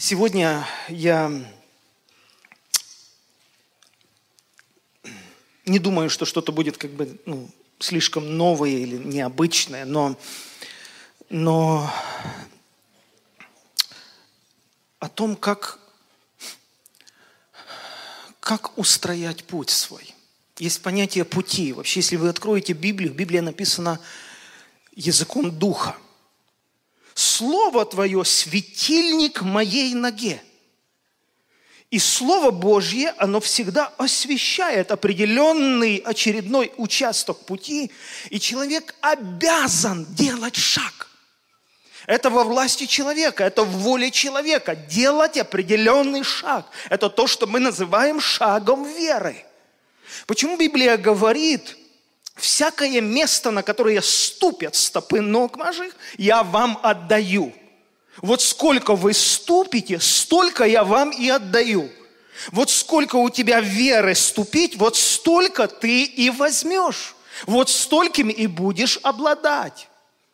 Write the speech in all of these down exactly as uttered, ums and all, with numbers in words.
Сегодня я не думаю, что что-то будет как бы ну, слишком новое или необычное, но, но о том, как, как устроять путь свой. Есть понятие пути. Вообще, если вы откроете Библию, Библия написана языком Духа. Слово Твое – светильник моей ноге. И Слово Божье, оно всегда освещает определенный очередной участок пути, и человек обязан делать шаг. Это во власти человека, это в воле человека. Делать определенный шаг. Это то, что мы называем шагом веры. Почему Библия говорит: всякое место, на которое ступят стопы ног ваших, я вам отдаю. Вот сколько вы ступите, столько я вам и отдаю. Вот сколько у тебя веры ступить, вот столько ты и возьмешь. Вот стольким и будешь обладать.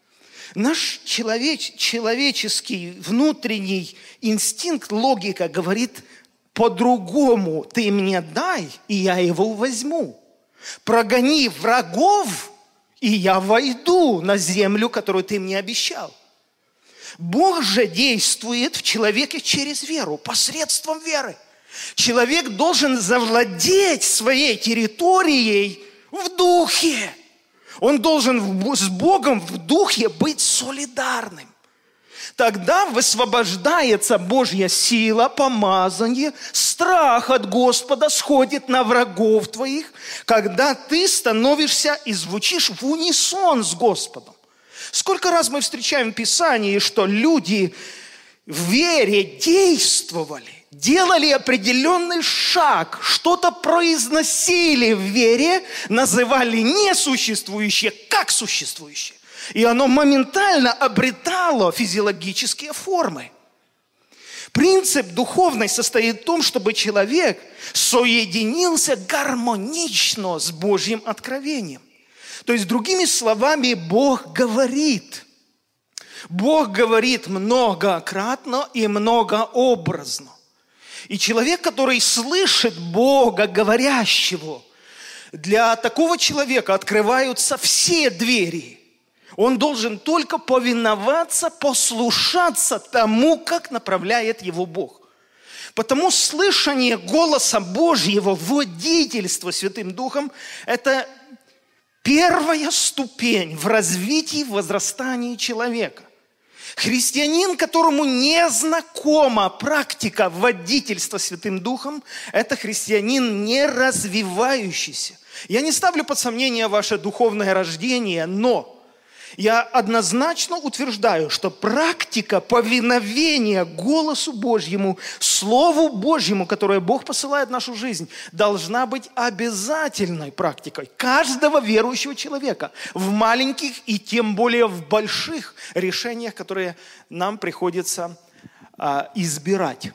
Наш человеч, человеческий внутренний инстинкт, логика говорит по-другому. Ты мне дай, и я его возьму. Прогони врагов, и я войду на землю, которую ты мне обещал. Бог же действует в человеке через веру, посредством веры. Человек должен завладеть своей территорией в духе. Он должен с Богом в духе быть солидарным. Тогда высвобождается Божья сила, помазание, страх от Господа сходит на врагов твоих, когда ты становишься и звучишь в унисон с Господом. Сколько раз мы встречаем в Писании, что люди в вере действовали, делали определенный шаг, что-то произносили в вере, называли несуществующее как существующее. И оно моментально обретало физиологические формы. Принцип духовный состоит в том, чтобы человек соединился гармонично с Божьим откровением. То есть, другими словами, Бог говорит. Бог говорит многократно и многообразно. И человек, который слышит Бога говорящего, для такого человека открываются все двери. Он должен только повиноваться, послушаться тому, как направляет его Бог. Потому слышание голоса Божьего, водительство Святым Духом – это первая ступень в развитии, в возрастании человека. Христианин, которому не знакома практика водительства Святым Духом, это христианин не развивающийся. Я не ставлю под сомнение ваше духовное рождение, но я однозначно утверждаю, что практика повиновения голосу Божьему, Слову Божьему, которое Бог посылает в нашу жизнь, должна быть обязательной практикой каждого верующего человека в маленьких и тем более в больших решениях, которые нам приходится а, избирать.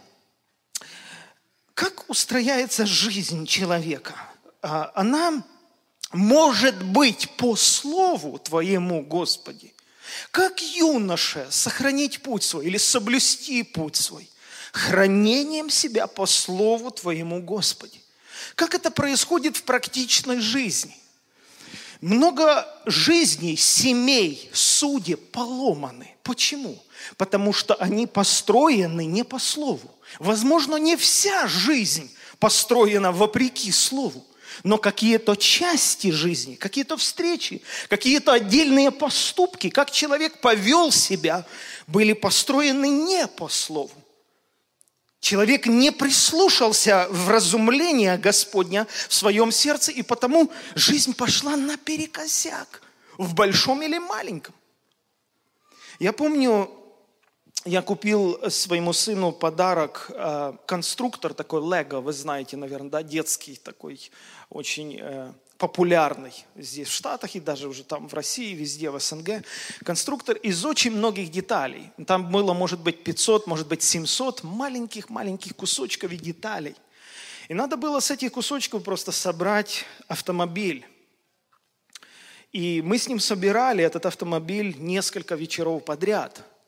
Как устрояется жизнь человека? А, она может быть по слову Твоему, Господи. Как юноше сохранить путь свой или соблюсти путь свой? Хранением себя по слову Твоему, Господи. Как это происходит в практичной жизни? Много жизней, семей, судеб поломаны. Почему? Потому что они построены не по слову. Возможно, не вся жизнь построена вопреки слову. Но какие-то части жизни, какие-то встречи, какие-то отдельные поступки, как человек повел себя, были построены не по слову. Человек не прислушался в разумление Господня в своем сердце, и потому жизнь пошла наперекосяк, в большом или маленьком. Я помню, я купил своему сыну подарок, э, конструктор такой Лего, вы знаете, наверное, да, детский такой, очень э, популярный здесь в Штатах и даже уже там в России, везде в СНГ. Конструктор из очень многих деталей. Там было, может быть, пятьсот, может быть, семьсот маленьких-маленьких кусочков и деталей. И надо было с этих кусочков просто собрать автомобиль. И мы с ним собирали этот автомобиль несколько вечеров подряд.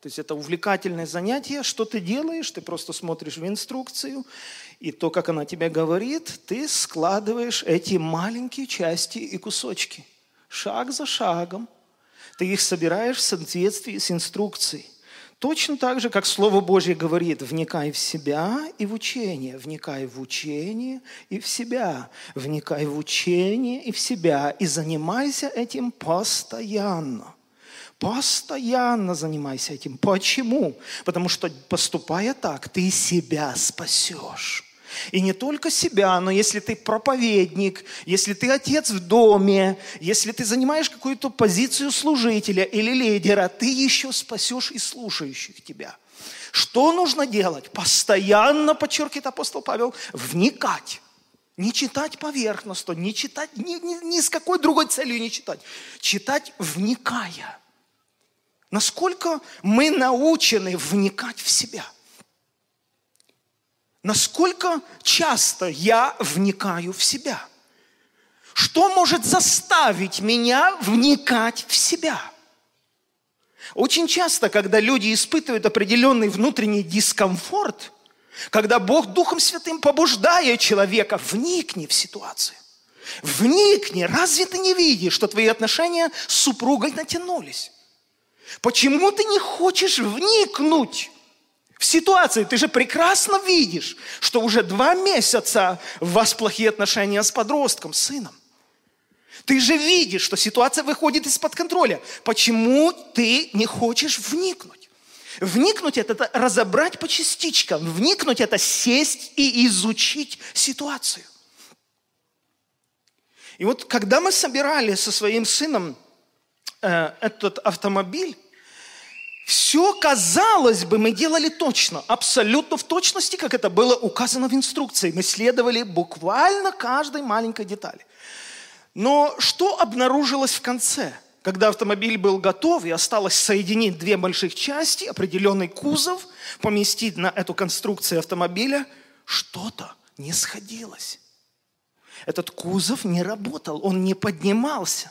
То есть это увлекательное занятие. Что ты делаешь? Ты просто смотришь в инструкцию, и то, как она тебе говорит, ты складываешь эти маленькие части и кусочки. Шаг за шагом. Ты их собираешь в соответствии с инструкцией. Точно так же, как Слово Божье говорит, вникай в себя и в учение, вникай в учение и в себя, вникай в учение и в себя, и занимайся этим постоянно. Постоянно занимайся этим. Почему? Потому что, поступая так, ты себя спасешь. И не только себя, но если ты проповедник, если ты отец в доме, если ты занимаешь какую-то позицию служителя или лидера, ты еще спасешь и слушающих тебя. Что нужно делать? Постоянно, подчеркивает апостол Павел, вникать. Не читать поверхностно, не читать, ни, ни, ни с какой другой целью не читать. Читать, вникая. Насколько мы научены вникать в себя? Насколько часто я вникаю в себя? Что может заставить меня вникать в себя? Очень часто, когда люди испытывают определенный внутренний дискомфорт, когда Бог Духом Святым побуждает человека, вникни в ситуацию. Вникни. Разве ты не видишь, что твои отношения с супругой натянулись? Почему ты не хочешь вникнуть в ситуацию? Ты же прекрасно видишь, что уже два месяца у вас плохие отношения с подростком, с сыном. Ты же видишь, что ситуация выходит из-под контроля. Почему ты не хочешь вникнуть? Вникнуть – это разобрать по частичкам. Вникнуть – это сесть и изучить ситуацию. И вот когда мы собирали со своим сыном э, этот автомобиль, все, казалось бы, мы делали точно, абсолютно в точности, как это было указано в инструкции. Мы следовали буквально каждой маленькой детали. Но что обнаружилось в конце? Когда автомобиль был готов и осталось соединить две больших части, определенный кузов, поместить на эту конструкцию автомобиля, что-то не сходилось. Этот кузов не работал, он не поднимался.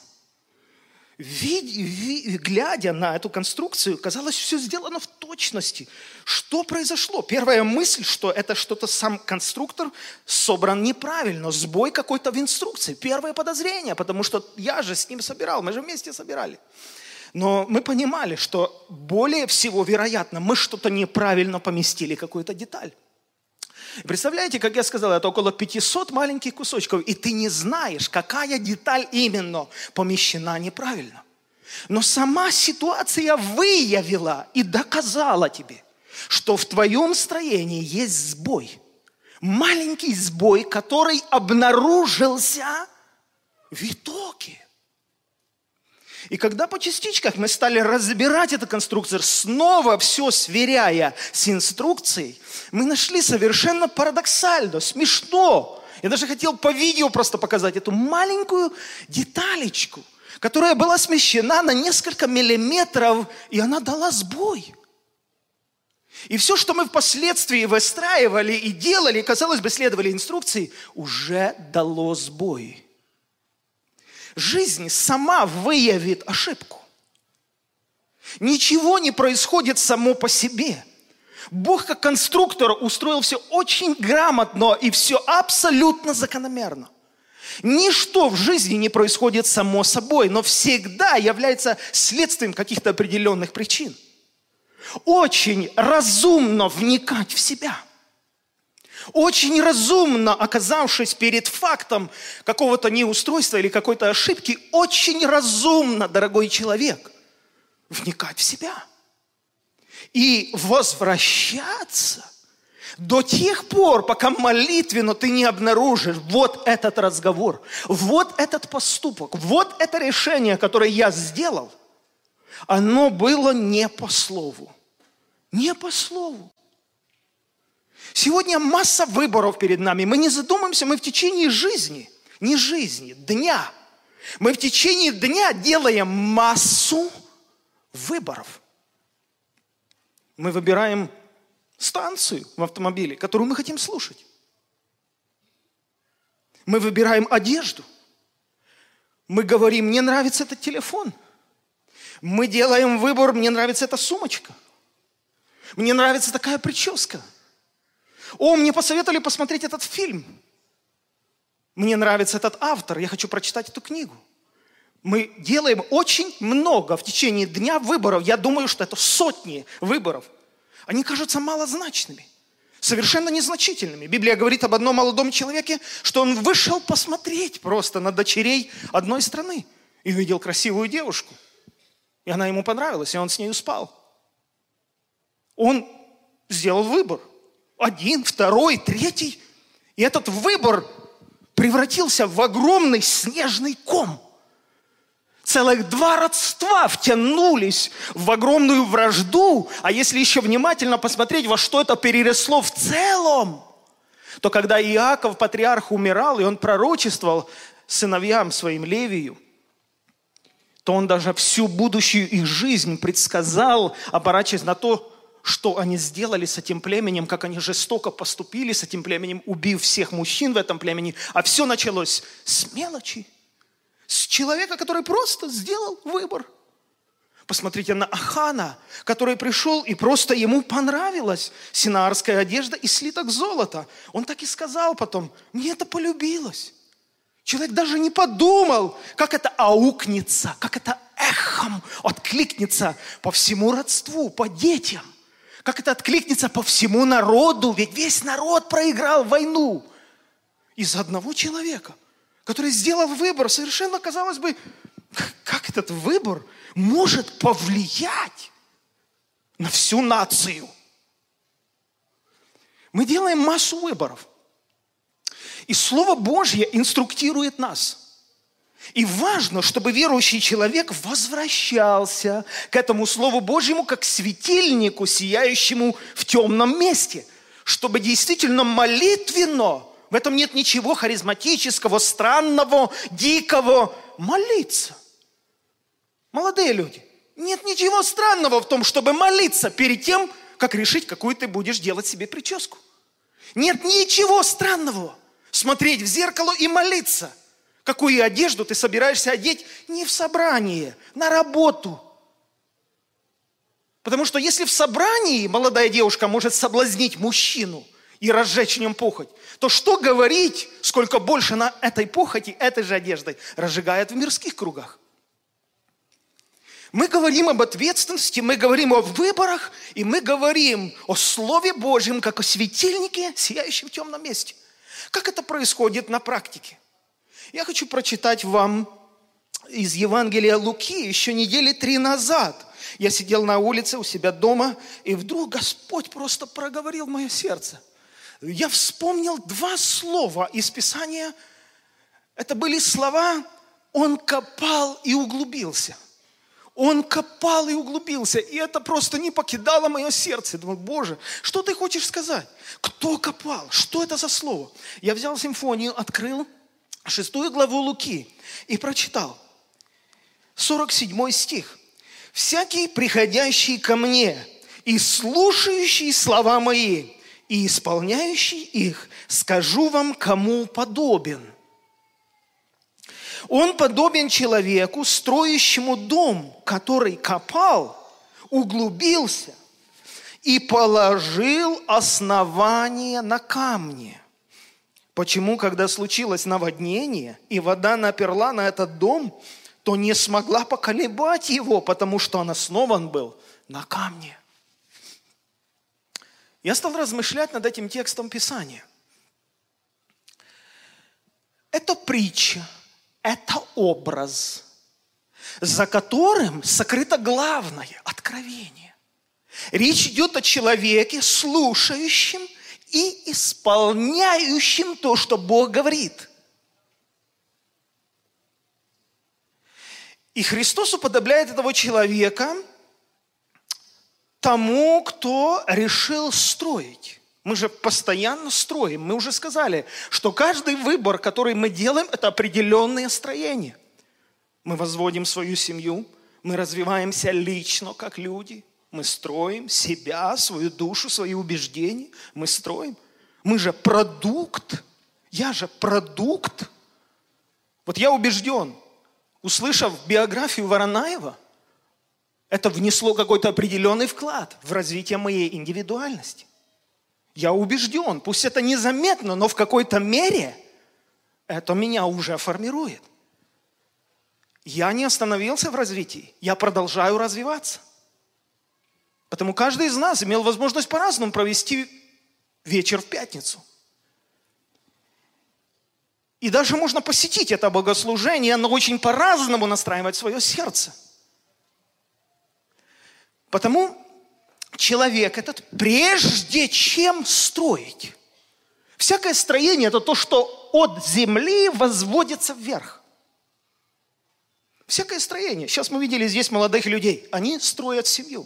Видя, ви, глядя на эту конструкцию, казалось, все сделано в точности. Что произошло? Первая мысль, что это что-то сам конструктор собран неправильно, сбой какой-то в инструкции. Первое подозрение, потому что я же с ним собирал, мы же вместе собирали. Но мы понимали, что более всего вероятно, мы что-то неправильно поместили, какую-то деталь. Представляете, как я сказал, это около пятисот маленьких кусочков, и ты не знаешь, какая деталь именно помещена неправильно. Но сама ситуация выявила и доказала тебе, что в твоем строении есть сбой. Маленький сбой, который обнаружился в итоге. И когда по частичках мы стали разбирать эту конструкцию, снова все сверяя с инструкцией, мы нашли совершенно парадоксально, смешно. Я даже хотел по видео просто показать эту маленькую деталечку, которая была смещена на несколько миллиметров, и она дала сбой. И все, что мы впоследствии выстраивали и делали, казалось бы, следовали инструкции, уже дало сбой. Жизнь сама выявит ошибку. Ничего не происходит само по себе. Бог как конструктор устроил все очень грамотно и все абсолютно закономерно. Ничто в жизни не происходит само собой, но всегда является следствием каких-то определенных причин. Очень разумно вникать в себя. Очень разумно, оказавшись перед фактом какого-то неустройства или какой-то ошибки, очень разумно, дорогой человек, вникать в себя. И возвращаться до тех пор, пока молитвенно ты не обнаружишь вот этот разговор, вот этот поступок, вот это решение, которое я сделал, оно было не по слову. Не по слову. Сегодня масса выборов перед нами. Мы не задумаемся, мы в течение жизни, не жизни, дня. Мы в течение дня делаем массу выборов. Мы выбираем станцию в автомобиле, которую мы хотим слушать. Мы выбираем одежду. Мы говорим, мне нравится этот телефон. Мы делаем выбор, мне нравится эта сумочка. Мне нравится такая прическа. О, мне посоветовали посмотреть этот фильм. Мне нравится этот автор, я хочу прочитать эту книгу. Мы делаем очень много в течение дня выборов. Я думаю, что это сотни выборов. Они кажутся малозначными, совершенно незначительными. Библия говорит об одном молодом человеке, что он вышел посмотреть просто на дочерей одной страны и увидел красивую девушку. И она ему понравилась, и он с нею спал. Он сделал выбор. Один, второй, третий. И этот выбор превратился в огромный снежный ком. Целых два родства втянулись в огромную вражду. А если еще внимательно посмотреть, во что это переросло в целом, то когда Иаков, патриарх, умирал, и он пророчествовал сыновьям своим Левию, то он даже всю будущую их жизнь предсказал, оборачиваясь на то, что они сделали с этим племенем, как они жестоко поступили с этим племенем, убив всех мужчин в этом племени. А все началось с мелочи. С человека, который просто сделал выбор. Посмотрите на Ахана, который пришел, и просто ему понравилась синаарская одежда и слиток золота. Он так и сказал потом: мне это полюбилось. Человек даже не подумал, как это аукнется, как это эхом откликнется по всему родству, по детям. Как это откликнется по всему народу, ведь весь народ проиграл войну из-за одного человека, который сделал выбор. Совершенно, казалось бы, как этот выбор может повлиять на всю нацию? Мы делаем массу выборов. И Слово Божье инструктирует нас. И важно, чтобы верующий человек возвращался к этому Слову Божьему как к светильнику, сияющему в темном месте. Чтобы действительно молитвенно, в этом нет ничего харизматического, странного, дикого, молиться. Молодые люди, нет ничего странного в том, чтобы молиться перед тем, как решить, какую ты будешь делать себе прическу. Нет ничего странного смотреть в зеркало и молиться. Какую одежду ты собираешься одеть не в собрании, на работу. Потому что если в собрании молодая девушка может соблазнить мужчину и разжечь в нем похоть, то что говорить, сколько больше на этой похоти, этой же одеждой разжигает в мирских кругах. Мы говорим об ответственности, мы говорим о выборах, и мы говорим о Слове Божьем, как о светильнике, сияющем в темном месте. Как это происходит на практике? Я хочу прочитать вам из Евангелия Луки еще недели три назад. Я сидел на улице у себя дома, и вдруг Господь просто проговорил в мое сердце. Я вспомнил два слова из Писания. Это были слова «Он копал и углубился». Он копал и углубился, и это просто не покидало мое сердце. Я думаю: Боже, что ты хочешь сказать? Кто копал? Что это за слово? Я взял симфонию, открыл шестую главу Луки и прочитал. сорок седьмой стих. «Всякий, приходящий ко мне и слушающий слова мои, и исполняющий их, скажу вам, кому подобен. Он подобен человеку, строящему дом, который копал, углубился и положил основание на камне. Почему, когда случилось наводнение, и вода наперла на этот дом, то не смогла поколебать его, потому что он основан был на камне?» Я стал размышлять над этим текстом Писания. Это притча, это образ, за которым сокрыто главное откровение. Речь идет о человеке, слушающем и исполняющем то, что Бог говорит. И Христос уподобляет этого человека тому, кто решил строить. Мы же постоянно строим. Мы уже сказали, что каждый выбор, который мы делаем, это определенное строение. Мы возводим свою семью, мы развиваемся лично, как люди. Мы строим себя, свою душу, свои убеждения. Мы строим. Мы же продукт. Я же продукт. Вот я убежден, услышав биографию Воронаева, Это внесло какой-то определенный вклад в развитие моей индивидуальности. Я убежден, пусть это незаметно, но в какой-то мере это меня уже формирует. Я не остановился в развитии, я продолжаю развиваться. Потому каждый из нас имел возможность по-разному провести вечер в пятницу. И даже можно посетить это богослужение, но очень по-разному настраивать свое сердце. Потому человек этот, прежде чем строить, всякое строение – это то, что от земли возводится вверх. Всякое строение. Сейчас мы видели здесь молодых людей. Они строят семью.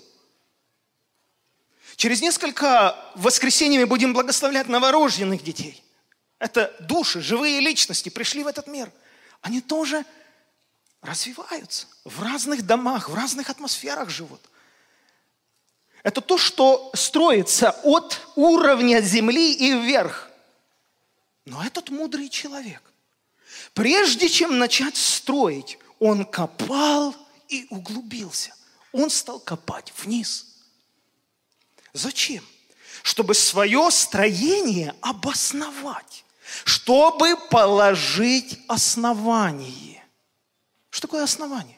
Через несколько воскресений мы будем благословлять новорожденных детей. Это души, живые личности пришли в этот мир. Они тоже развиваются. В разных домах, в разных атмосферах живут. Это то, что строится от уровня земли и вверх. Но этот мудрый человек, прежде чем начать строить, он копал и углубился. Он стал копать вниз. Зачем? Чтобы свое строение обосновать. Чтобы положить основание. Что такое основание?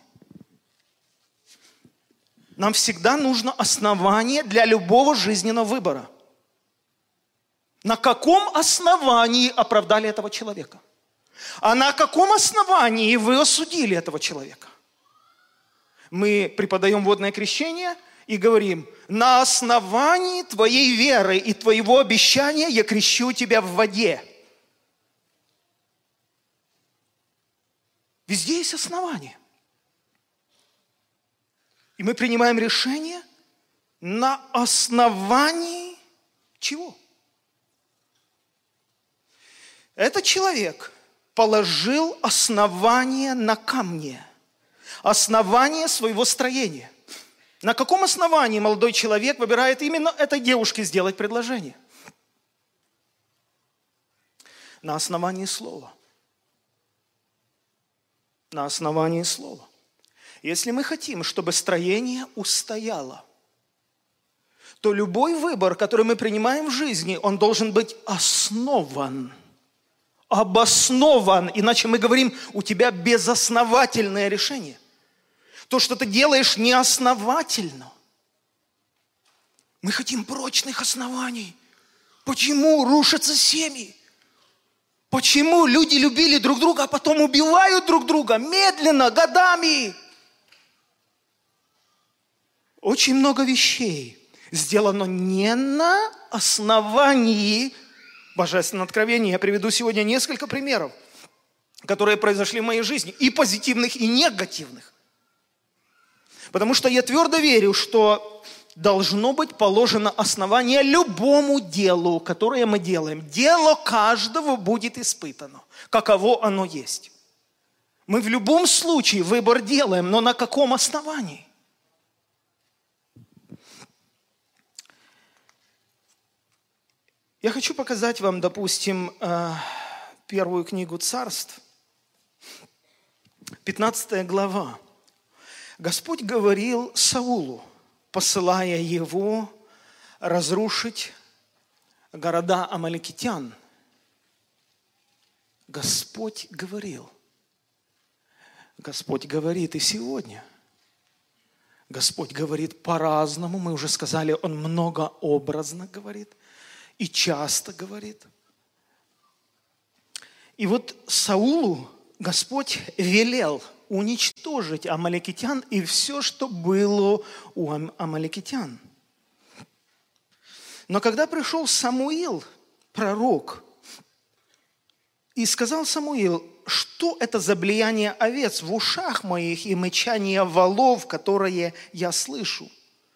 Нам всегда нужно основание для любого жизненного выбора. На каком основании оправдали этого человека? А на каком основании вы осудили этого человека? Мы преподаем водное крещение и говорим: на основании твоей веры и твоего обещания я крещу тебя в воде. Везде есть основание. И мы принимаем решение на основании чего? Этот человек положил основание на камне, основание своего строения. На каком основании молодой человек выбирает именно этой девушке сделать предложение? На основании слова. На основании слова. Если мы хотим, чтобы строение устояло, то любой выбор, который мы принимаем в жизни, он должен быть основан, обоснован. Иначе мы говорим: у тебя безосновательное решение. То, что ты делаешь, неосновательно. Мы хотим прочных оснований. Почему рушатся семьи? Почему люди любили друг друга, а потом убивают друг друга медленно, годами? Очень много вещей сделано не на основании Божественного откровения. Я приведу сегодня несколько примеров, которые произошли в моей жизни, и позитивных, и негативных. Потому что я твердо верю, что должно быть положено основание любому делу, которое мы делаем. Дело каждого будет испытано, каково оно есть. Мы в любом случае выбор делаем, но на каком основании? Я хочу показать вам, допустим, первую книгу Царств, пятнадцатая глава. Господь говорил Саулу, посылая его разрушить города амаликитян. Господь говорил. Господь говорит и сегодня. Господь говорит по-разному. Мы уже сказали, Он многообразно говорит и часто говорит. И вот Саулу Господь велел уничтожить амаликитян и все, что было у амаликитян. Но когда пришел Самуил, пророк, и сказал Самуил: что это за блияние овец в ушах моих и мычание волов, которые я слышу?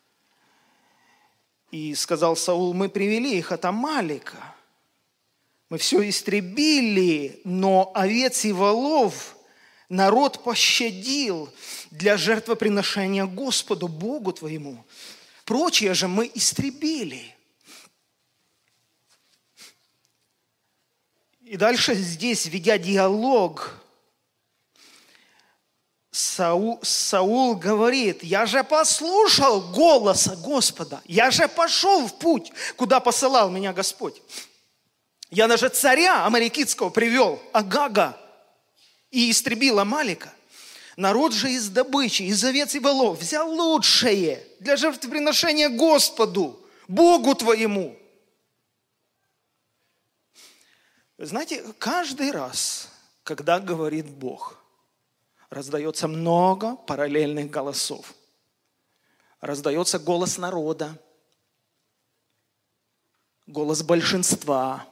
И сказал Саул: мы привели их от Амалика. Мы все истребили, но овец и волов народ пощадил для жертвоприношения Господу, Богу твоему. Прочее же мы истребили. И дальше здесь, ведя диалог с Саул, Саул говорит: я же послушал голоса Господа, я же пошел в путь, куда посылал меня Господь. Я даже царя амаликитского привел, Агага, и истребил Амалика. Народ же из добычи, из овец и волов взял лучшее для жертвоприношения Господу, Богу твоему. Вы знаете, каждый раз, когда говорит Бог, раздается много параллельных голосов. Раздается голос народа, голос большинства,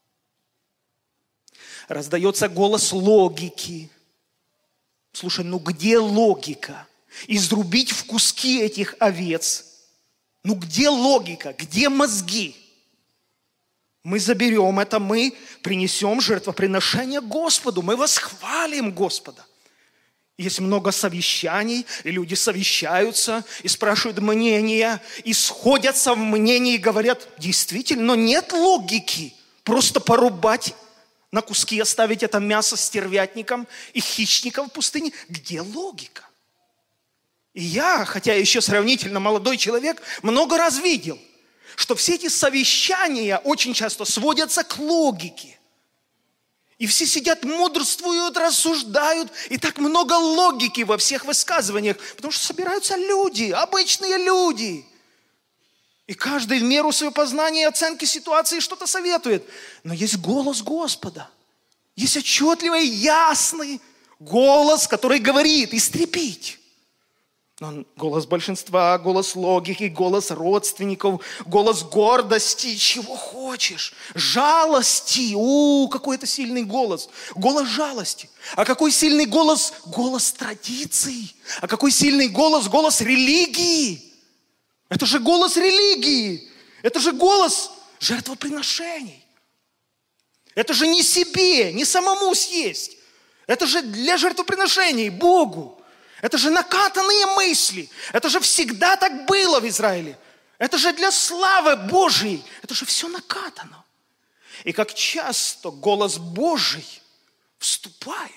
раздается голос логики. Слушай, ну где логика? Изрубить в куски этих овец. Ну где логика? Где мозги? Мы заберем это, мы принесем жертвоприношение Господу, мы восхвалим Господа. Есть много совещаний, и люди совещаются, и спрашивают мнения, и сходятся в мнении, и говорят: действительно, но нет логики. Просто порубать на куски, оставить это мясо стервятникам и хищникам в пустыне. Где логика? И я, хотя еще сравнительно молодой человек, много раз видел, что все эти совещания очень часто сводятся к логике. И все сидят, мудрствуют, рассуждают. И так много логики во всех высказываниях. Потому что собираются люди, обычные люди. И каждый в меру своего познания и оценки ситуации что-то советует. Но есть голос Господа. Есть отчетливый, ясный голос, который говорит: истребить. Он голос большинства, голос логики, голос родственников, голос гордости, чего хочешь. Жалости. У, какой это сильный голос. Голос жалости. А какой сильный голос? Голос традиций. А какой сильный голос? Голос религии. Это же голос религии. Это же голос жертвоприношений. Это же не себе, не самому съесть. Это же для жертвоприношений Богу. Это же накатанные мысли. Это же всегда так было в Израиле. Это же для славы Божьей. Это же все накатано. И как часто голос Божий вступает,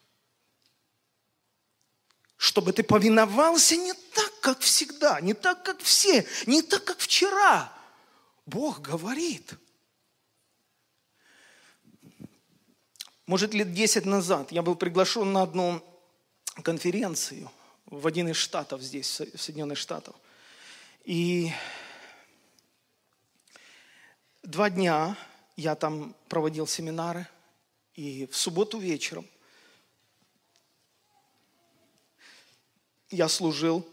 чтобы ты повиновался не так, как всегда, не так, как все, не так, как вчера. Бог говорит. Может, лет десять назад я был приглашен на одну конференцию в один из штатов здесь, в Соединенных Штатах. И два дня я там проводил семинары. И в субботу вечером я служил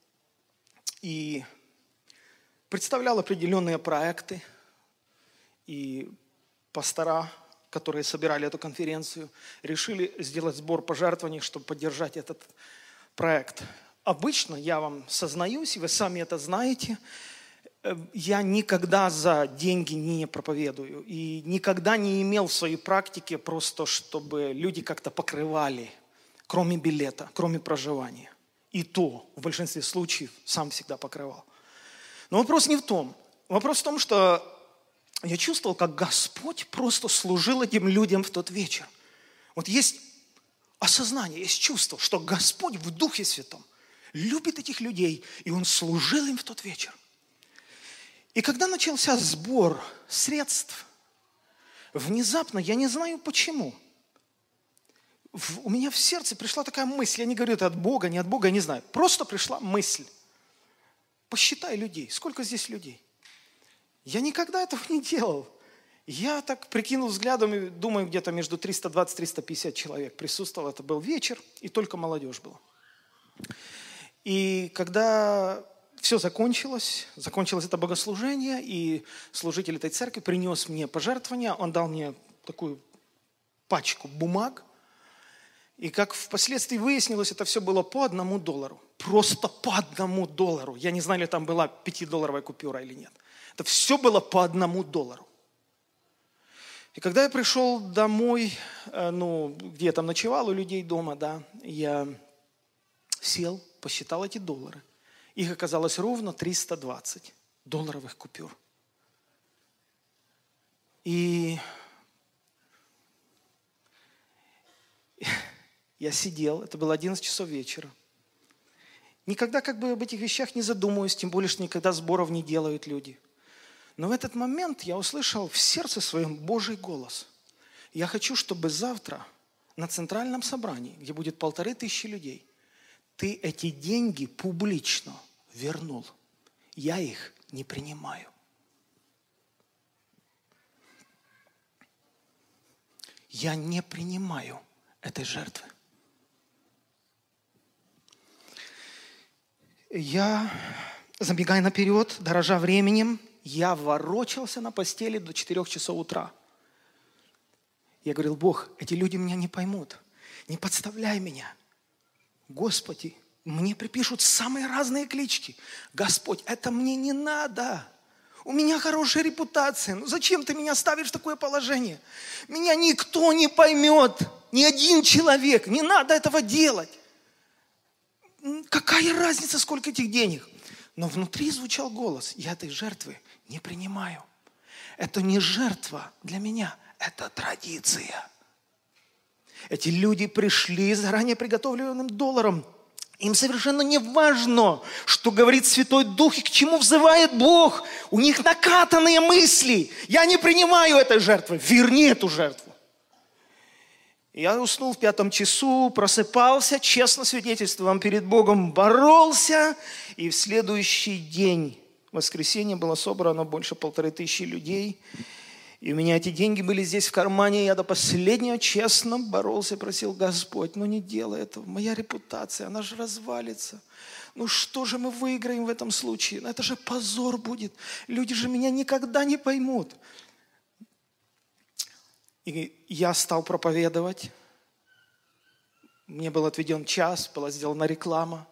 и представлял определенные проекты. И пастора, которые собирали эту конференцию, решили сделать сбор пожертвований, чтобы поддержать этот проект. Обычно, я вам сознаюсь, и вы сами это знаете, я никогда за деньги не проповедую. И никогда не имел в своей практике просто, чтобы люди как-то покрывали, кроме билета, кроме проживания. И то, в большинстве случаев, сам всегда покрывал. Но вопрос не в том. Вопрос в том, что я чувствовал, как Господь просто служил этим людям в тот вечер. Вот есть осознание, есть чувство, что Господь в Духе Святом любит этих людей, и Он служил им в тот вечер. И когда начался сбор средств, внезапно, я не знаю почему, в, у меня в сердце пришла такая мысль, я не говорю это от Бога, не от Бога, я не знаю, просто пришла мысль. Посчитай людей, сколько здесь людей. Я никогда этого не делал. Я так прикинул взглядом и думаю, где-то между триста двадцать - триста пятьдесят человек присутствовал. Это был вечер, и только молодежь была. И когда все закончилось, закончилось это богослужение, и служитель этой церкви принес мне пожертвования, он дал мне такую пачку бумаг. И как впоследствии выяснилось, это все было по одному доллару. Просто по одному доллару. Я не знаю, ли там была пятидолларовая купюра или нет. Это все было по одному доллару. И когда я пришел домой, ну, где я там ночевал у людей дома, да, я сел, посчитал эти доллары. Их оказалось ровно триста двадцать долларовых купюр. И Я сидел, это было одиннадцать часов вечера. Никогда как бы об этих вещах не задумываюсь, тем более, что никогда сборов не делают люди. Но в этот момент я услышал в сердце своем Божий голос. Я хочу, чтобы завтра на центральном собрании, где будет полторы тысячи людей, ты эти деньги публично вернул. Я их не принимаю. Я не принимаю этой жертвы. Я, забегая наперед, дорожа временем, я ворочался на постели до четырех часов утра. Я говорил: Бог, эти люди меня не поймут. Не подставляй меня. Господи, мне припишут самые разные клички. Господь, это мне не надо. У меня хорошая репутация. Ну зачем ты меня ставишь в такое положение? Меня никто не поймет. Ни один человек. Не надо этого делать. Какая разница, сколько этих денег? Но внутри звучал голос: я этой жертвы не принимаю. Это не жертва для меня, это традиция. Эти люди пришли с заранее приготовленным долларом. Им совершенно не важно, что говорит Святой Дух и к чему взывает Бог. У них накатанные мысли. Я не принимаю этой жертвы. Верни эту жертву. Я уснул в пятом часу, просыпался, честно свидетельствую вам перед Богом, боролся. И в следующий день, в воскресенье, было собрано больше полторы тысячи людей. И у меня эти деньги были здесь в кармане. Я до последнего честно боролся, просил: Господь, ну не делай этого. Моя репутация, она же развалится. Ну что же мы выиграем в этом случае? Ну это же позор будет. Люди же меня никогда не поймут. И я стал проповедовать. Мне был отведен час, была сделана реклама.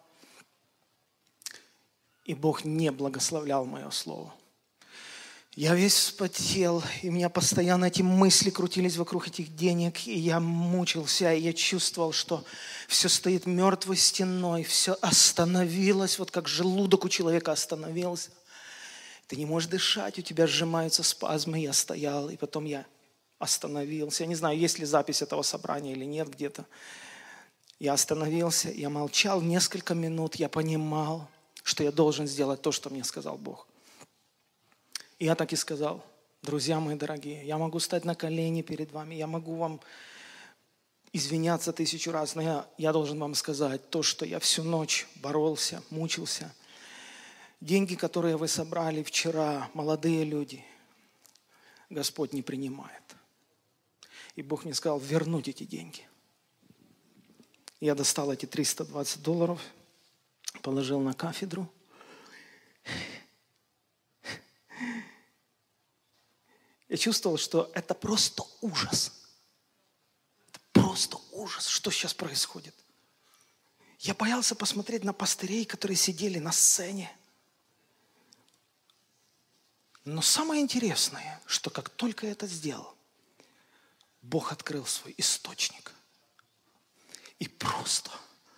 И Бог не благословлял мое слово. Я весь вспотел, и у меня постоянно эти мысли крутились вокруг этих денег, и я мучился, и я чувствовал, что все стоит мертвой стеной, все остановилось, вот как желудок у человека остановился. Ты не можешь дышать, у тебя сжимаются спазмы. Я стоял, и потом я остановился. Я не знаю, есть ли запись этого собрания или нет где-то. Я остановился, я молчал несколько минут, я понимал, что я должен сделать то, что мне сказал Бог. И я так и сказал: друзья мои дорогие, я могу стать на колени перед вами, я могу вам извиняться тысячу раз, но я, я должен вам сказать то, что я всю ночь боролся, мучился. Деньги, которые вы собрали вчера, молодые люди, Господь не принимает. И Бог мне сказал вернуть эти деньги. Я достал эти триста двадцать долларов, положил на кафедру. Я чувствовал, что это просто ужас. Это просто ужас, что сейчас происходит. Я боялся посмотреть на пастырей, которые сидели на сцене. Но самое интересное, что как только я это сделал, Бог открыл свой источник. И просто,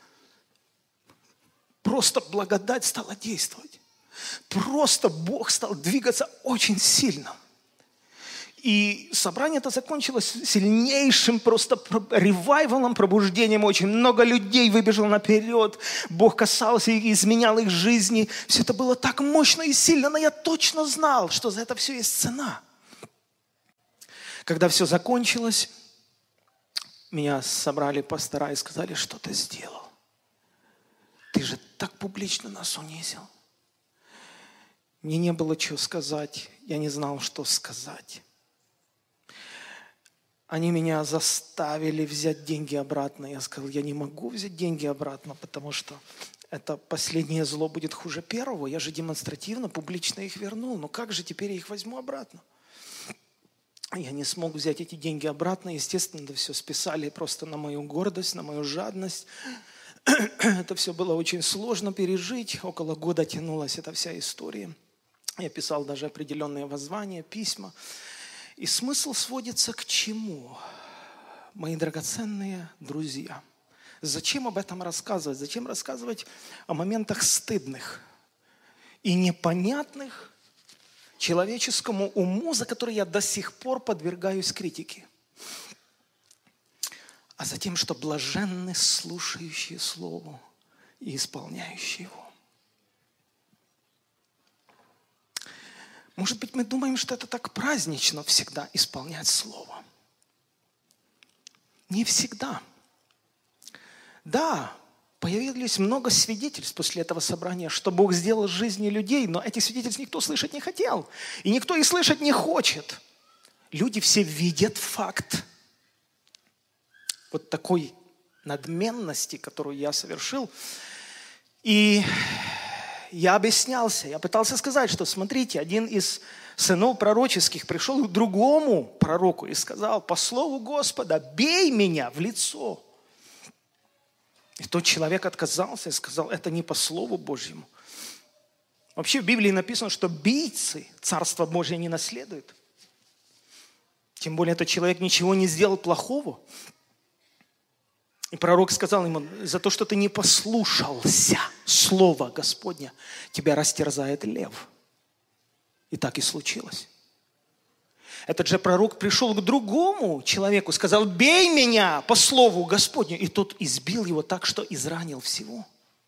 просто благодать стала действовать. Просто Бог стал двигаться очень сильно. И собрание это закончилось сильнейшим просто ревайвалом, пробуждением. Очень много людей выбежало наперед. Бог касался и изменял их жизни. Все это было так мощно и сильно, но я точно знал, что за это все есть цена. Когда все закончилось, меня собрали пастора и сказали: что ты сделал? Ты же так публично нас унизил. Мне не было чего сказать. Я не знал, что сказать. Они меня заставили взять деньги обратно. Я сказал: я не могу взять деньги обратно, потому что это последнее зло будет хуже первого. Я же демонстративно, публично их вернул. Но как же теперь я их возьму обратно? Я не смог взять эти деньги обратно. Естественно, это все списали просто на мою гордость, на мою жадность. Это все было очень сложно пережить. Около года тянулась эта вся история. Я писал даже определенные воззвания, письма. И смысл сводится к чему? Мои драгоценные друзья. Зачем об этом рассказывать? Зачем рассказывать о моментах стыдных и непонятных человеческому уму, за который я до сих пор подвергаюсь критике? а затем, что блаженны слушающие Слово и исполняющие его. Может быть, мы думаем, что это так празднично всегда исполнять Слово. Не всегда. Да, появилось много свидетельств после этого собрания, что Бог сделал в жизни людей, но эти свидетельства никто слышать не хотел. И никто и слышать не хочет. Люди все видят факт вот такой надменности, которую я совершил. И я объяснялся, я пытался сказать, что смотрите, один из сынов пророческих пришел к другому пророку и сказал: по слову Господа, бей меня в лицо. И тот человек отказался и сказал: это не по слову Божьему. Вообще в Библии написано, что бийцы Царство Божие не наследуют. Тем более этот человек ничего не сделал плохого. И пророк сказал ему: за то, что ты не послушался слова Господня, тебя растерзает лев. И так и случилось. Этот же пророк пришел к другому человеку, сказал: бей меня по слову Господню. И тот избил его так, что изранил всего.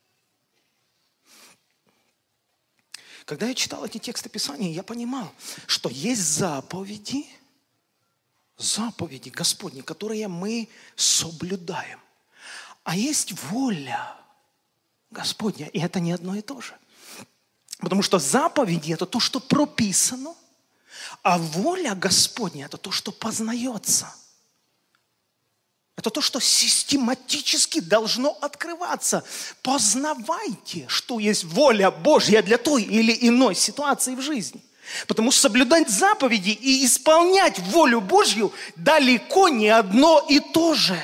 Когда я читал эти тексты Писания, я понимал, что есть заповеди, заповеди Господни, которые мы соблюдаем. А есть воля Господня, и это не одно и то же. Потому что заповеди – это то, что прописано, а воля Господня – это то, что познается. Это то, что систематически должно открываться. Познавайте, что есть воля Божья для той или иной ситуации в жизни. Потому что соблюдать заповеди и исполнять волю Божью далеко не одно и то же.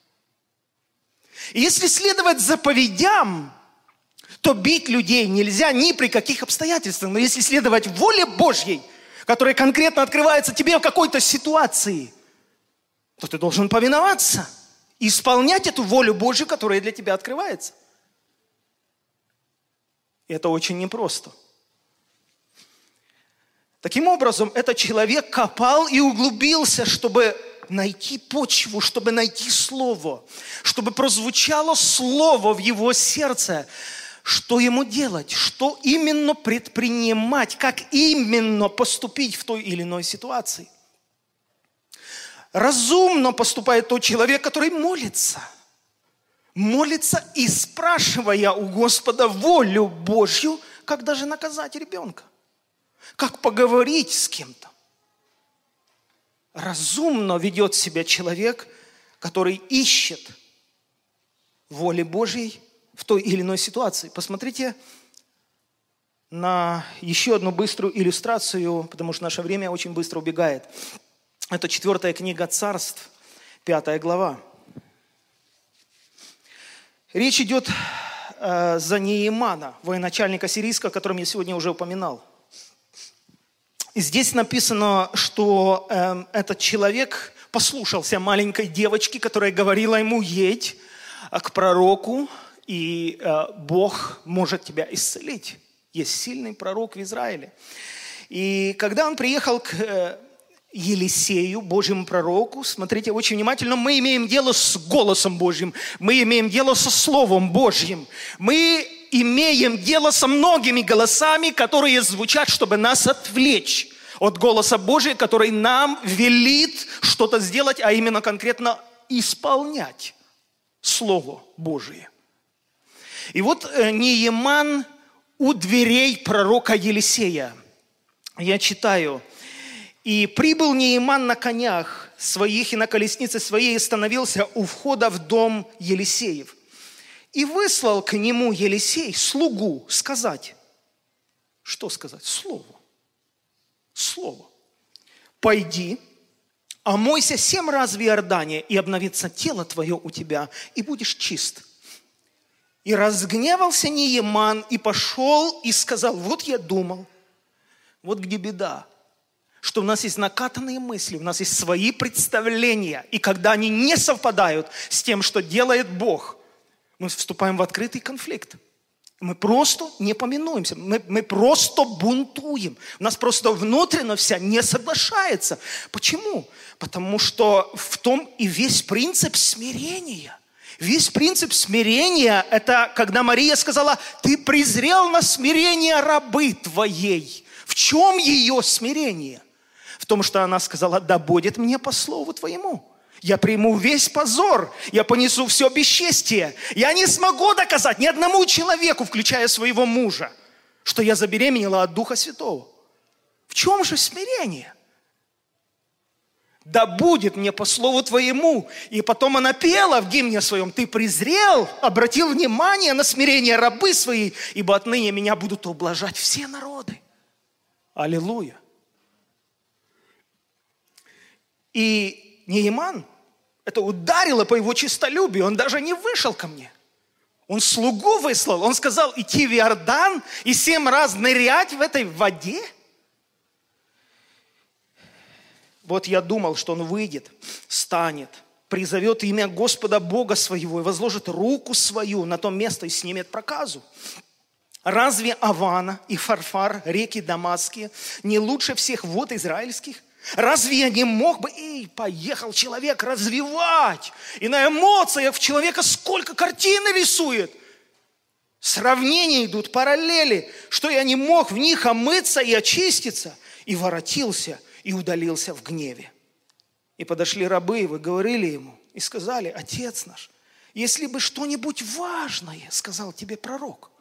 И если следовать заповедям, то бить людей нельзя ни при каких обстоятельствах. Но если следовать воле Божьей, которая конкретно открывается тебе в какой-то ситуации, то ты должен повиноваться и исполнять эту волю Божью, которая для тебя открывается. И это очень непросто. Таким образом, этот человек копал и углубился, чтобы найти почву, чтобы найти слово, чтобы прозвучало слово в его сердце. Что ему делать? Что именно предпринимать? Как именно поступить в той или иной ситуации? Разумно поступает тот человек, который молится. Молится и спрашивая у Господа волю Божью, как даже наказать ребенка. Как поговорить с кем-то. Разумно ведет себя человек, который ищет воли Божьей в той или иной ситуации. Посмотрите на еще одну быструю иллюстрацию, потому что наше время очень быстро убегает. Это четвертая книга Царств, пятая глава. Речь идет э, за Неемана, военачальника сирийского, о котором я сегодня уже упоминал. И здесь написано, что э, этот человек послушался маленькой девочки, которая говорила ему: едь к пророку, и э, Бог может тебя исцелить. Есть сильный пророк в Израиле. И когда он приехал к э, Елисею, Божьему пророку, смотрите очень внимательно, мы имеем дело с голосом Божьим, мы имеем дело со Словом Божьим, мы имеем дело со многими голосами, которые звучат, чтобы нас отвлечь от голоса Божия, который нам велит что-то сделать, а именно конкретно исполнять Слово Божие. И вот Нееман у дверей пророка Елисея. Я читаю. «И прибыл Нееман на конях своих и на колеснице своей, и остановился у входа в дом Елисеев. И выслал к нему Елисей слугу сказать». Что сказать? Слово. Слово. «Пойди, омойся семь раз в Иордане, и обновится тело твое у тебя, и будешь чист». И разгневался Нееман, и пошел, и сказал: вот я думал, вот где беда, что у нас есть накатанные мысли, у нас есть свои представления, и когда они не совпадают с тем, что делает Бог, мы вступаем в открытый конфликт. Мы просто не поминуемся, мы, мы просто бунтуем. У нас просто внутренне вся не соглашается. Почему? Потому что в том и весь принцип смирения. Весь принцип смирения – это когда Мария сказала: «Ты презрел на смирение рабы твоей». В чем ее смирение? В том, что она сказала: «Да будет мне по слову твоему». Я приму весь позор, я понесу все бесчестие. Я не смогу доказать ни одному человеку, включая своего мужа, что я забеременела от Духа Святого. В чем же смирение? Да будет мне по слову твоему. И потом она пела в гимне своем: «Ты презрел, обратил внимание на смирение рабы свои, ибо отныне меня будут ублажать все народы». Аллилуйя. И Нееман, это ударило по его честолюбию. Он даже не вышел ко мне. Он слугу выслал. Он сказал: идти в Иордан и семь раз нырять в этой воде. Вот я думал, что он выйдет, станет, призовет имя Господа Бога своего и возложит руку свою на то место и снимет проказу. Разве Авана и Фарфар, реки Дамасские, не лучше всех вод израильских? Разве я не мог бы, эй, поехал человек развивать, и на эмоциях в человека сколько картины рисует. Сравнения идут, параллели, что я не мог в них омыться и очиститься, и воротился, и удалился в гневе. И подошли рабы его, говорили ему, и сказали: отец наш, если бы что-нибудь важное сказал тебе пророк.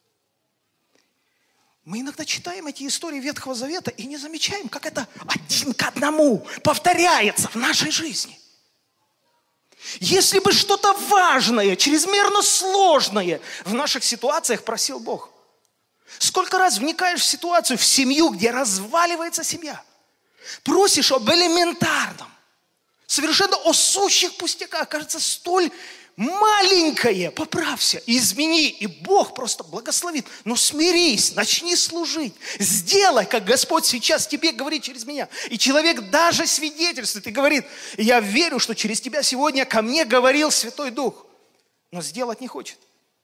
Мы иногда читаем эти истории Ветхого Завета и не замечаем, как это один к одному повторяется в нашей жизни. Если бы что-то важное, чрезмерно сложное в наших ситуациях просил Бог. Сколько раз вникаешь в ситуацию, в семью, где разваливается семья. Просишь об элементарном, совершенно о сущих пустяках, кажется, столь маленькое, поправься, измени, и Бог просто благословит. Но смирись, начни служить, сделай, как Господь сейчас тебе говорит через меня. И человек даже свидетельствует и говорит: я верю, что через тебя сегодня ко мне говорил Святой Дух, но сделать не хочет.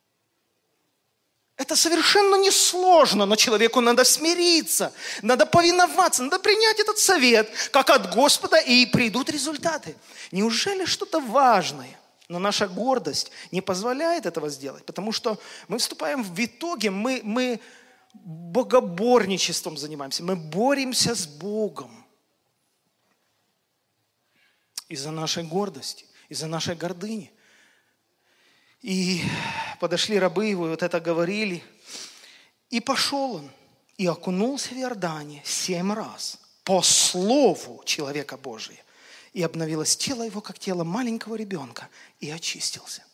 Это совершенно несложно, но человеку надо смириться, надо повиноваться, надо принять этот совет, как от Господа, и придут результаты. Неужели что-то важное? Но наша гордость не позволяет этого сделать, потому что мы вступаем в итоге, мы, мы богоборничеством занимаемся, мы боремся с Богом из-за нашей гордости, из-за нашей гордыни. И подошли рабы его, и вот это говорили. И пошел он, и окунулся в Иордане семь раз по слову человека Божия. И обновилось тело его, как тело маленького ребенка, и очистился.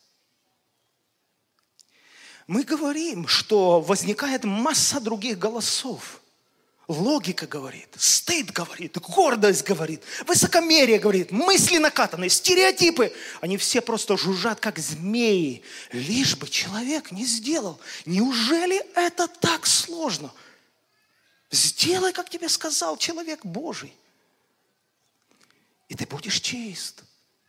Мы говорим, что возникает масса других голосов. Логика говорит, стыд говорит, гордость говорит, высокомерие говорит, мысли накатанные, стереотипы. Они все просто жужжат, как змеи, лишь бы человек не сделал. Неужели это так сложно? Сделай, как тебе сказал человек Божий. И ты будешь чист.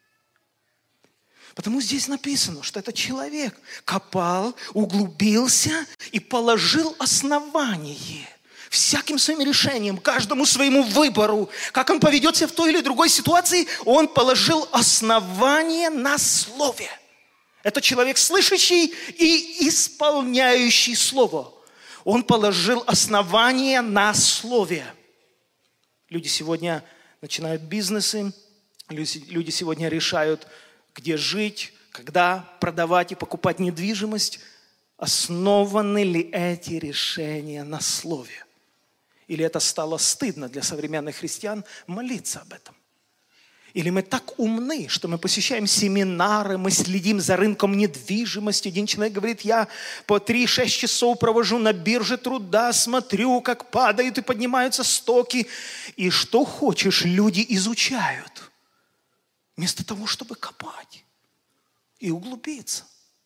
Потому здесь написано, что этот человек копал, углубился и положил основание всяким своим решением, каждому своему выбору, как он поведет себя в той или другой ситуации, он положил основание на слове. Это человек, слышащий и исполняющий слово. Он положил основание на слове. Люди сегодня начинают бизнесы, люди сегодня решают, где жить, когда продавать и покупать недвижимость. Основаны ли эти решения на слове? Или это стало стыдно для современных христиан молиться об этом? Или мы так умны, что мы посещаем семинары, мы следим за рынком недвижимости. Один человек говорит: я по три-шесть часов провожу на бирже труда, смотрю, как падают и поднимаются стоки. И что хочешь, люди изучают, вместо того, чтобы копать и углубиться.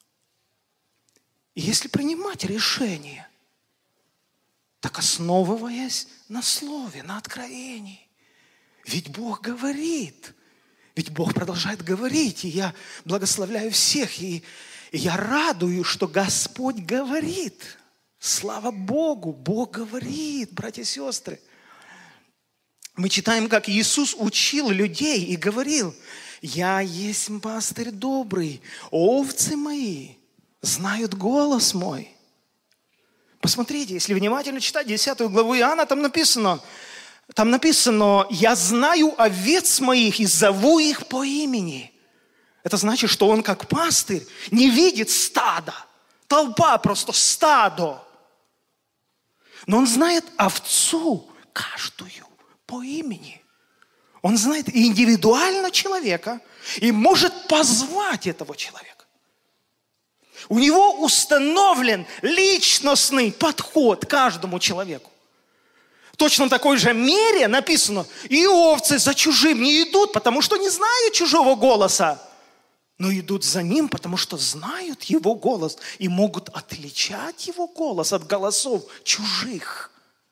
И если принимать решение, так основываясь на слове, на откровении. Ведь Бог говорит, ведь Бог продолжает говорить, и я благословляю всех, и, И я радуюсь, что Господь говорит. Слава Богу, Бог говорит, братья и сестры. Мы читаем, как Иисус учил людей и говорил: «Я есть пастырь добрый, овцы мои знают голос мой». Посмотрите, если внимательно читать десятую главу Иоанна, там написано, там написано: «Я знаю овец моих и зову их по имени». Это значит, что он как пастырь не видит стада. Толпа, просто стадо. Но он знает овцу каждую по имени. Он знает индивидуально человека и может позвать этого человека. У него установлен личностный подход к каждому человеку. В точно такой же мере написано: и овцы за чужим не идут, потому что не знают чужого голоса, но идут за ним, потому что знают его голос и могут отличать его голос от голосов чужих.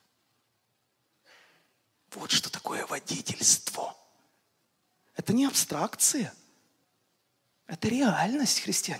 Вот что такое водительство. Это не абстракция. Это реальность, христиане.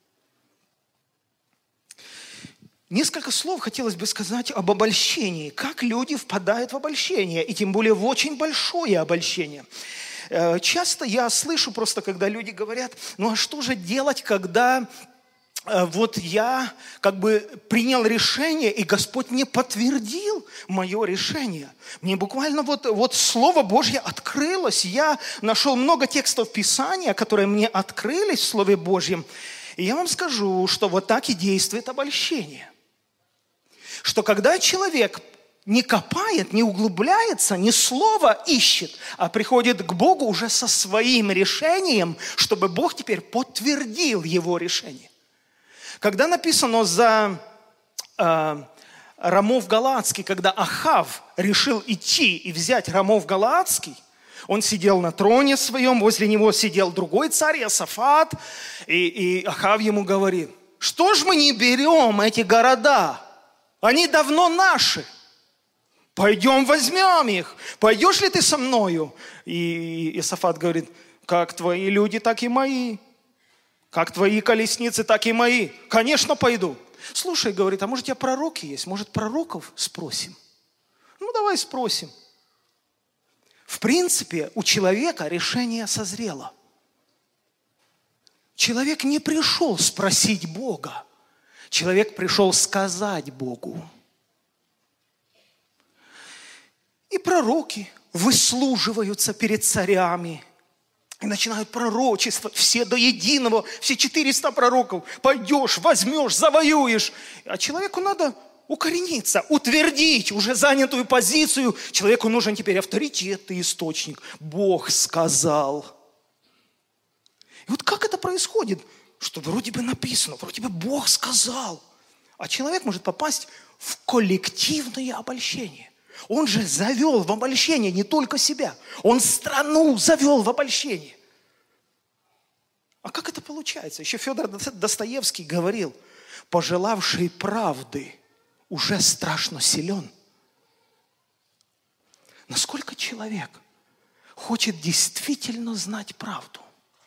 Несколько слов хотелось бы сказать об обольщении. Как люди впадают в обольщение, и тем более в очень большое обольщение. Часто я слышу просто, когда люди говорят: ну а что же делать, когда вот я как бы принял решение, и Господь мне подтвердил мое решение. Мне буквально вот, вот Слово Божье открылось. Я нашел много текстов Писания, которые мне открылись в Слове Божьем. И я вам скажу, что вот так и действует обольщение. Что когда человек не копает, не углубляется, не слово ищет, а приходит к Богу уже со своим решением, чтобы Бог теперь подтвердил его решение. Когда написано за э, Рамов Галаадский, когда Ахав решил идти и взять Рамов Галаадский, он сидел на троне своем, возле него сидел другой царь Иосафат, и, и Ахав ему говорит: что ж мы не берем эти города? Они давно наши. Пойдем возьмем их. Пойдешь ли ты со мною? И Иосафат говорит: как твои люди, так и мои. Как твои колесницы, так и мои. Конечно, пойду. Слушай, говорит, а может, у тебя пророки есть? Может, пророков спросим? Ну, давай спросим. В принципе, у человека решение созрело. Человек не пришел спросить Бога. Человек пришел сказать Богу. И пророки выслуживаются перед царями и начинают пророчествовать. Все до единого, все четыреста пророков. Пойдешь, возьмешь, завоюешь. А человеку надо укорениться, утвердить уже занятую позицию. Человеку нужен теперь авторитетный источник. Бог сказал. И вот как это происходит? Что вроде бы написано, вроде бы Бог сказал. А человек может попасть в коллективное обольщение. Он же завел в обольщение не только себя. Он страну завел в обольщение. А как это получается? Еще Федор Достоевский говорил: пожелавший правды уже страшно силен. Насколько человек хочет действительно знать правду?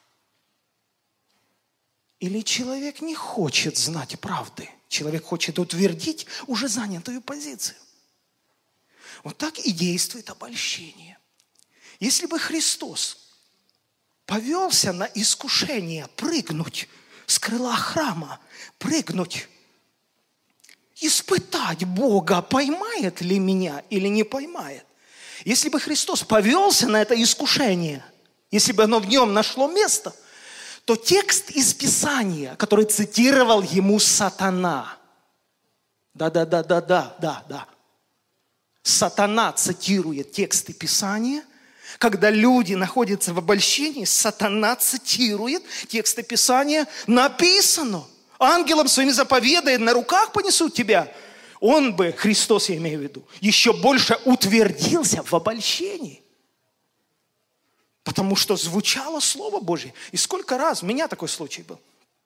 Или человек не хочет знать правды? Человек хочет утвердить уже занятую позицию. Вот так и действует обольщение. Если бы Христос повелся на искушение прыгнуть с крыла храма, прыгнуть, испытать Бога, поймает ли меня или не поймает. Если бы Христос повелся на это искушение, если бы оно в нем нашло место, то текст из Писания, который цитировал ему сатана, да-да-да-да-да, да-да, сатана цитирует тексты Писания. Когда люди находятся в обольщении, сатана цитирует тексты Писания. Написано: ангелам своим заповедает, на руках понесут тебя. Он бы, Христос я имею в виду, еще больше утвердился в обольщении. Потому что звучало Слово Божье. И сколько раз, у меня такой случай был.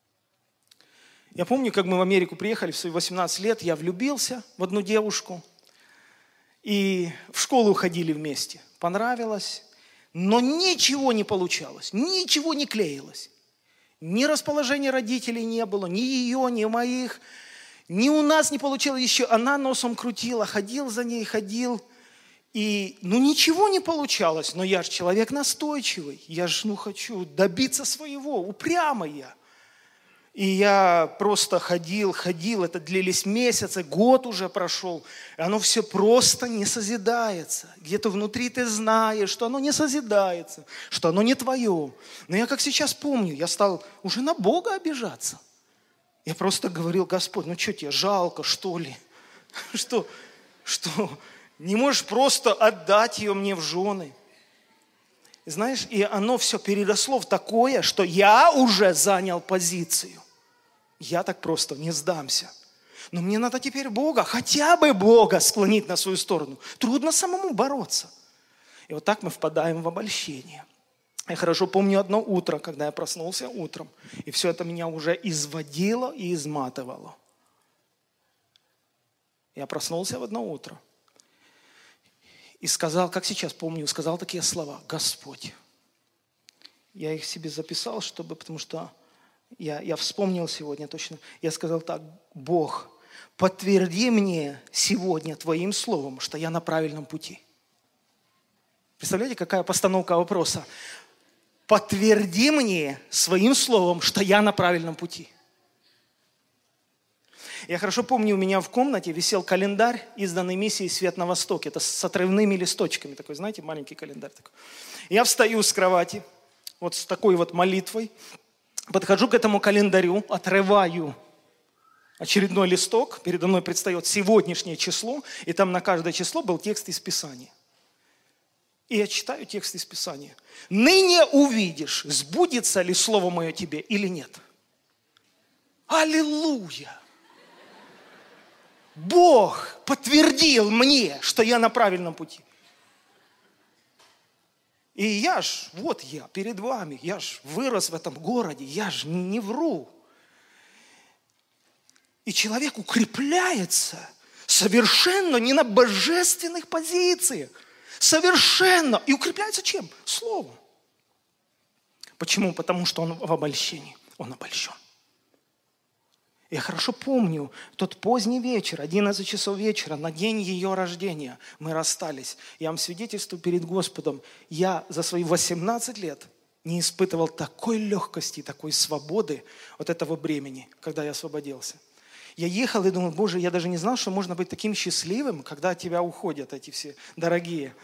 Я помню, как мы в Америку приехали в свои восемнадцать лет, я влюбился в одну девушку. И в школу ходили вместе. Понравилось. Но ничего не получалось. Ничего не клеилось. Ни расположения родителей не было, ни ее, ни моих. Ни у нас не получилось еще. Она носом крутила, ходил за ней, ходил. И, ну, ничего не получалось. Но я же человек настойчивый. Я же, ну, хочу добиться своего. Упрямый я. И я просто ходил, ходил. Это длились месяцы, год уже прошел. И оно все просто не созидается. Где-то внутри ты знаешь, что оно не созидается, что оно не твое. Но я как сейчас помню, я стал уже на Бога обижаться. Я просто говорил: Господь, ну что тебе, жалко, что ли? Что? Что? Не можешь просто отдать ее мне в жены? И знаешь, и оно все переросло в такое, что я уже занял позицию. Я так просто не сдамся. Но мне надо теперь Бога, хотя бы Бога склонить на свою сторону. Трудно самому бороться. И вот так мы впадаем в обольщение. Я хорошо помню одно утро, когда я проснулся утром, и все это меня уже изводило и изматывало. Я проснулся в одно утро и сказал, как сейчас помню, сказал такие слова: Господь. Я их себе записал, чтобы, потому что я, я вспомнил сегодня точно. Я сказал так: Бог, подтверди мне сегодня Твоим словом, что я на правильном пути. Представляете, какая постановка вопроса? Подтверди мне своим словом, что я на правильном пути. Я хорошо помню, у меня в комнате висел календарь, изданный миссией «Свет на Востоке». Это с отрывными листочками, такой, знаете, маленький календарь такой. Я встаю с кровати, вот с такой вот молитвой, подхожу к этому календарю, отрываю очередной листок, передо мной предстает сегодняшнее число, и там на каждое число был текст из Писания. И я читаю текст из Писания. «Ныне увидишь, сбудется ли слово мое тебе или нет». Аллилуйя! Бог подтвердил мне, что я на правильном пути. И я ж, вот я, перед вами, я ж вырос в этом городе, я ж не вру. И человек укрепляется совершенно не на божественных позициях. Совершенно. И укрепляется чем? Словом. Почему? Потому что он в обольщении. Он обольщен. Я хорошо помню тот поздний вечер, одиннадцать часов вечера, на день ее рождения. Мы расстались. Я вам свидетельствую перед Господом. Я за свои восемнадцать лет не испытывал такой легкости, такой свободы от этого бремени, когда я освободился. Я ехал и думал: Боже, я даже не знал, что можно быть таким счастливым, когда от тебя уходят эти все дорогие.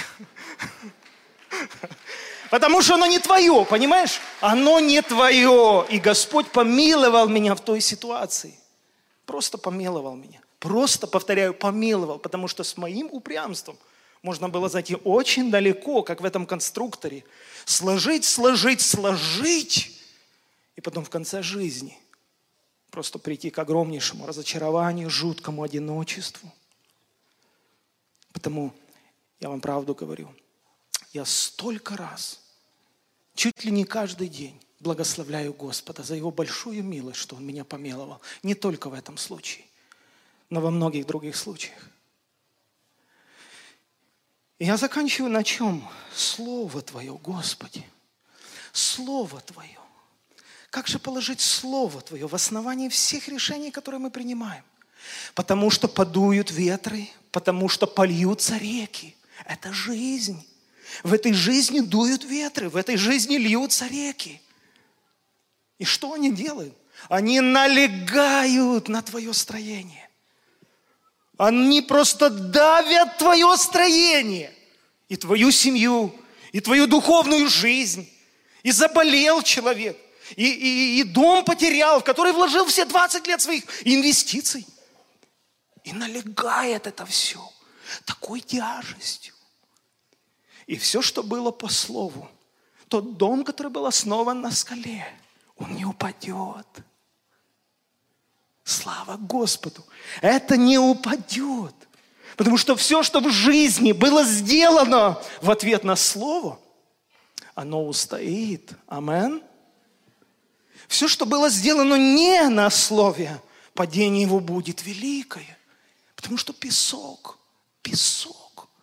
Потому что оно не твое, понимаешь? Оно не твое. И Господь помиловал меня в той ситуации. Просто помиловал меня. Просто, повторяю, помиловал. Потому что с моим упрямством можно было зайти очень далеко, как в этом конструкторе. Сложить, сложить, сложить. И потом в конце жизни просто прийти к огромнейшему разочарованию, жуткому одиночеству. Потому я вам правду говорю. Я столько раз, чуть ли не каждый день, благословляю Господа за Его большую милость, что Он меня помиловал. Не только в этом случае, но во многих других случаях. И я заканчиваю на чем? Слово Твое, Господи. Слово Твое. Как же положить Слово Твое в основании всех решений, которые мы принимаем? Потому что подуют ветры, потому что польются реки. Это жизнь. В этой жизни дуют ветры, в этой жизни льются реки. И что они делают? Они налегают на твое строение. Они просто давят твое строение. И твою семью, и твою духовную жизнь. И заболел человек. И, и, и дом потерял, в который вложил все двадцать лет своих инвестиций. И налегает это все такой тяжестью. И все, что было по слову, тот дом, который был основан на скале, он не упадет. Слава Господу! Это не упадет. Потому что все, что в жизни было сделано в ответ на слово, оно устоит. Амин. Все, что было сделано не на слове, падение его будет великое. Потому что песок, песок.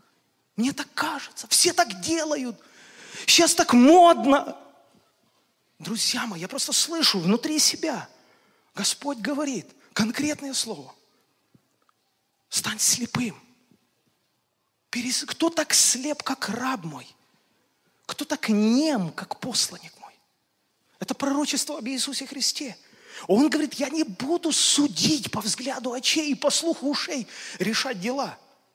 Мне так кажется. Все так делают. Сейчас так модно. Друзья мои, я просто слышу внутри себя. Господь говорит конкретное слово. Стань слепым. Перес... Кто так слеп, как раб мой? Кто так нем, как посланник мой? Это пророчество об Иисусе Христе. Он говорит, я не буду судить по взгляду очей и по слуху ушей, решать дела.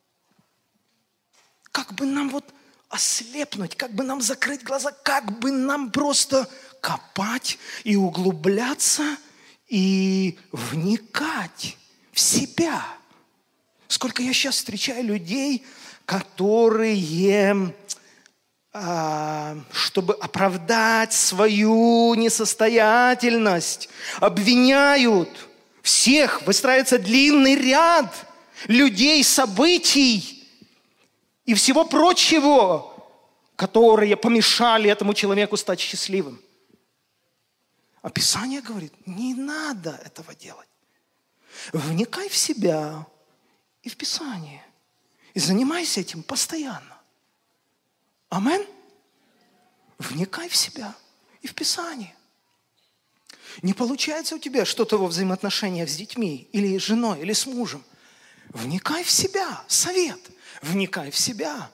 Как бы нам вот ослепнуть, как бы нам закрыть глаза, как бы нам просто копать и углубляться и вникать в себя. Сколько я сейчас встречаю людей, которые, а, чтобы оправдать свою несостоятельность, обвиняют всех. Выстраивается длинный ряд людей, событий и всего прочего, которые помешали этому человеку стать счастливым. А Писание говорит, не надо этого делать. Вникай в себя и в Писание. И занимайся этим постоянно. Амин? Вникай в себя и в Писание. Не получается у тебя что-то во взаимоотношениях с детьми, или с женой, или с мужем. Вникай в себя. Совет. Вникай в себя.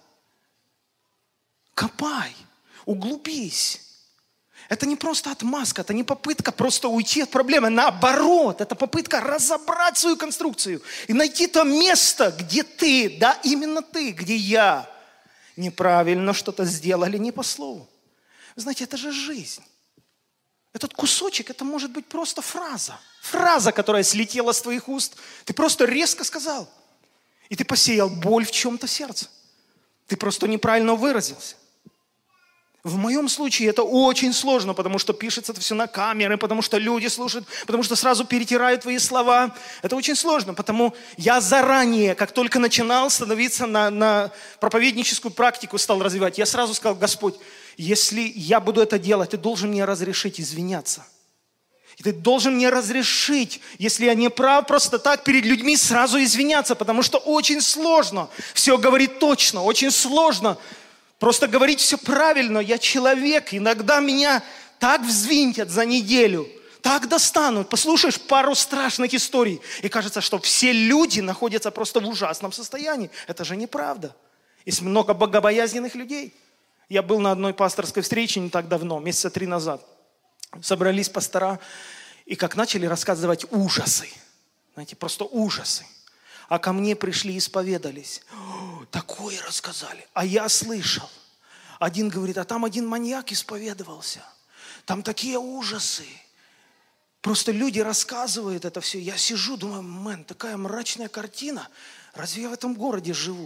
Копай. Углубись. Это не просто отмазка, это не попытка просто уйти от проблемы. Наоборот, это попытка разобрать свою конструкцию и найти то место, где ты, да, именно ты, где я неправильно что-то сделали не по слову. Знаете, это же жизнь. Этот кусочек, это может быть просто фраза. Фраза, которая слетела с твоих уст. Ты просто резко сказал. И ты посеял боль в чем-то сердце. Ты просто неправильно выразился. В моем случае это очень сложно, потому что пишется это все на камеры, потому что люди слушают, потому что сразу перетирают твои слова. Это очень сложно, потому я заранее, как только начинал становиться на, на проповедническую практику, стал развивать, я сразу сказал, Господь, если я буду это делать, ты должен мне разрешить извиняться. И ты должен мне разрешить, если я не прав, просто так перед людьми сразу извиняться, потому что очень сложно все говорить точно, очень сложно просто говорить все правильно. Я человек, иногда меня так взвинтят за неделю, так достанут. Послушаешь пару страшных историй, и кажется, что все люди находятся просто в ужасном состоянии. Это же неправда. Есть много богобоязненных людей. Я был на одной пасторской встрече не так давно, месяца три назад. Собрались пастора, и как начали рассказывать ужасы. Знаете, просто ужасы. А ко мне пришли и исповедались. О, такое рассказали. А я слышал. Один говорит, а там один маньяк исповедовался. Там такие ужасы. Просто люди рассказывают это все. Я сижу, думаю, мэн, такая мрачная картина. Разве я в этом городе живу?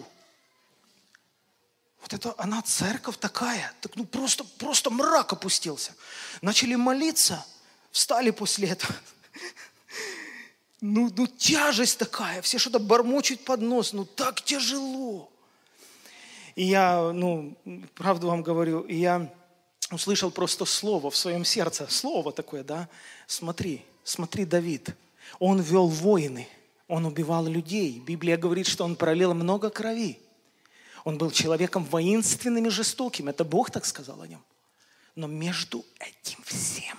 Вот это она церковь такая. Так, ну просто, просто мрак опустился. Начали молиться. Встали после этого. Ну, ну, тяжесть такая, все что-то бормочут под нос, ну, так тяжело. И я, ну, правду вам говорю, и я услышал просто слово в своем сердце, слово такое, да, смотри, смотри, Давид, он вел войны, он убивал людей, Библия говорит, что он пролил много крови, он был человеком воинственным и жестоким, это Бог так сказал о нем, но между этим всем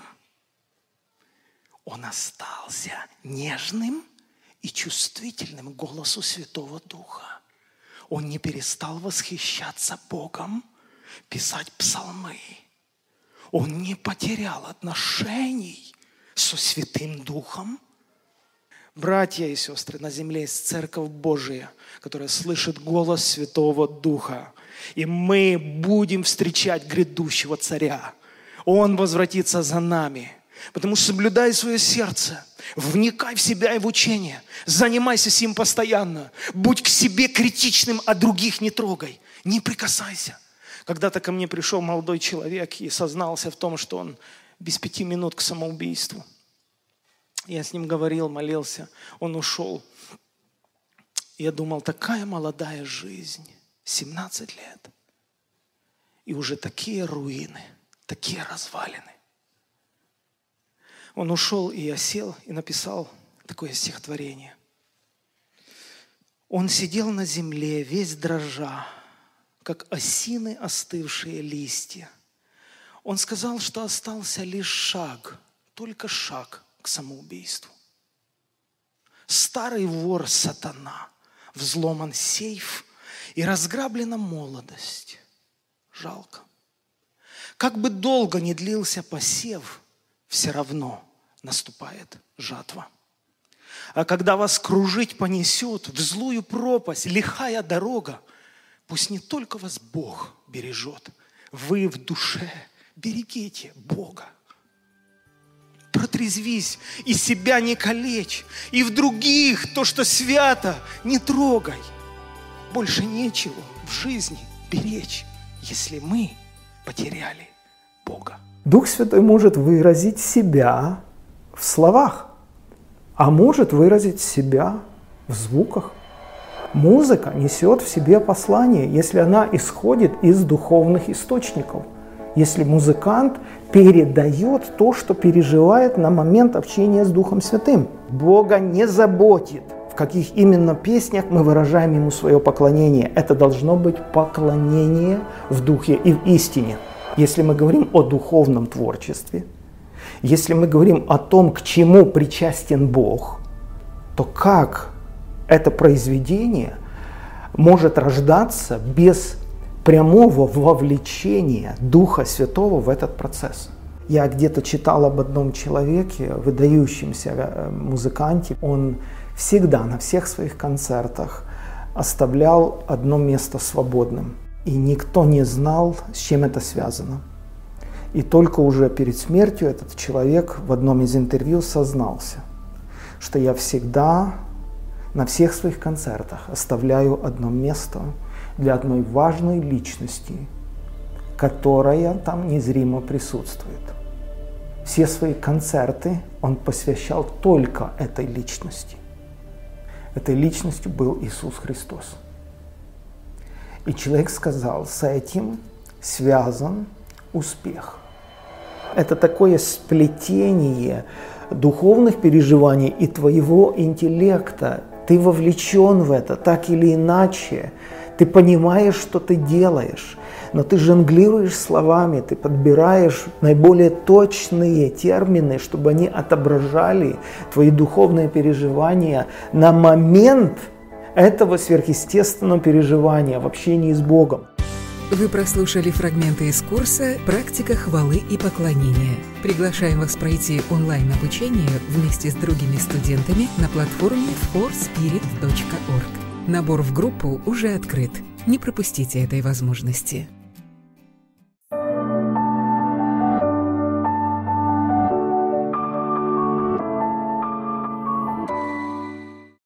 он остался нежным и чувствительным к голосу Святого Духа. Он не перестал восхищаться Богом, писать псалмы. Он не потерял отношений со Святым Духом. Братья и сестры, на земле есть Церковь Божия, которая слышит голос Святого Духа. И мы будем встречать грядущего Царя. Он возвратится за нами. Потому что соблюдай свое сердце, вникай в себя и в учение, занимайся с ним постоянно, будь к себе критичным, а других не трогай, не прикасайся. Когда-то ко мне пришел молодой человек и сознался в том, что он без пяти минут к самоубийству. Я с ним говорил, молился, он ушел. Я думал, такая молодая жизнь, семнадцать лет, и уже такие руины, такие развалины. Он ушел, и я сел и написал такое стихотворение. Он сидел на земле, весь дрожа, как осины остывшие листья. Он сказал, что остался лишь шаг, только шаг к самоубийству. Старый вор сатана, взломан сейф и разграблена молодость. Жалко. Как бы долго ни длился посев, все равно наступает жатва. А когда вас кружить понесет в злую пропасть, лихая дорога, пусть не только вас Бог бережет, вы в душе берегите Бога. Протрезвись и себя не калечь, и в других то, что свято, не трогай. Больше нечего в жизни беречь, если мы потеряли Бога. Дух Святой может выразить себя в словах, а может выразить себя в звуках. Музыка несет в себе послание, если она исходит из духовных источников. Если музыкант передает то, что переживает на момент общения с Духом Святым. Бога не заботит, в каких именно песнях мы выражаем Ему свое поклонение. Это должно быть поклонение в Духе и в истине. Если мы говорим о духовном творчестве, если мы говорим о том, к чему причастен Бог, то как это произведение может рождаться без прямого вовлечения Духа Святого в этот процесс? Я где-то читал об одном человеке, выдающемся музыканте. Он всегда на всех своих концертах оставлял одно место свободным. И никто не знал, с чем это связано. И только уже перед смертью этот человек в одном из интервью сознался, что я всегда на всех своих концертах оставляю одно место для одной важной личности, которая там незримо присутствует. Все свои концерты он посвящал только этой личности. Этой личностью был Иисус Христос. И человек сказал, с этим связан успех. Это такое сплетение духовных переживаний и твоего интеллекта. Ты вовлечен в это так или иначе. Ты понимаешь, что ты делаешь, но ты жонглируешь словами, ты подбираешь наиболее точные термины, чтобы они отображали твои духовные переживания на момент этого сверхъестественного переживания в общении с Богом. Вы прослушали фрагменты из курса «Практика хвалы и поклонения». Приглашаем вас пройти онлайн-обучение вместе с другими студентами на платформе фор спирит точка орг. Набор в группу уже открыт. Не пропустите этой возможности.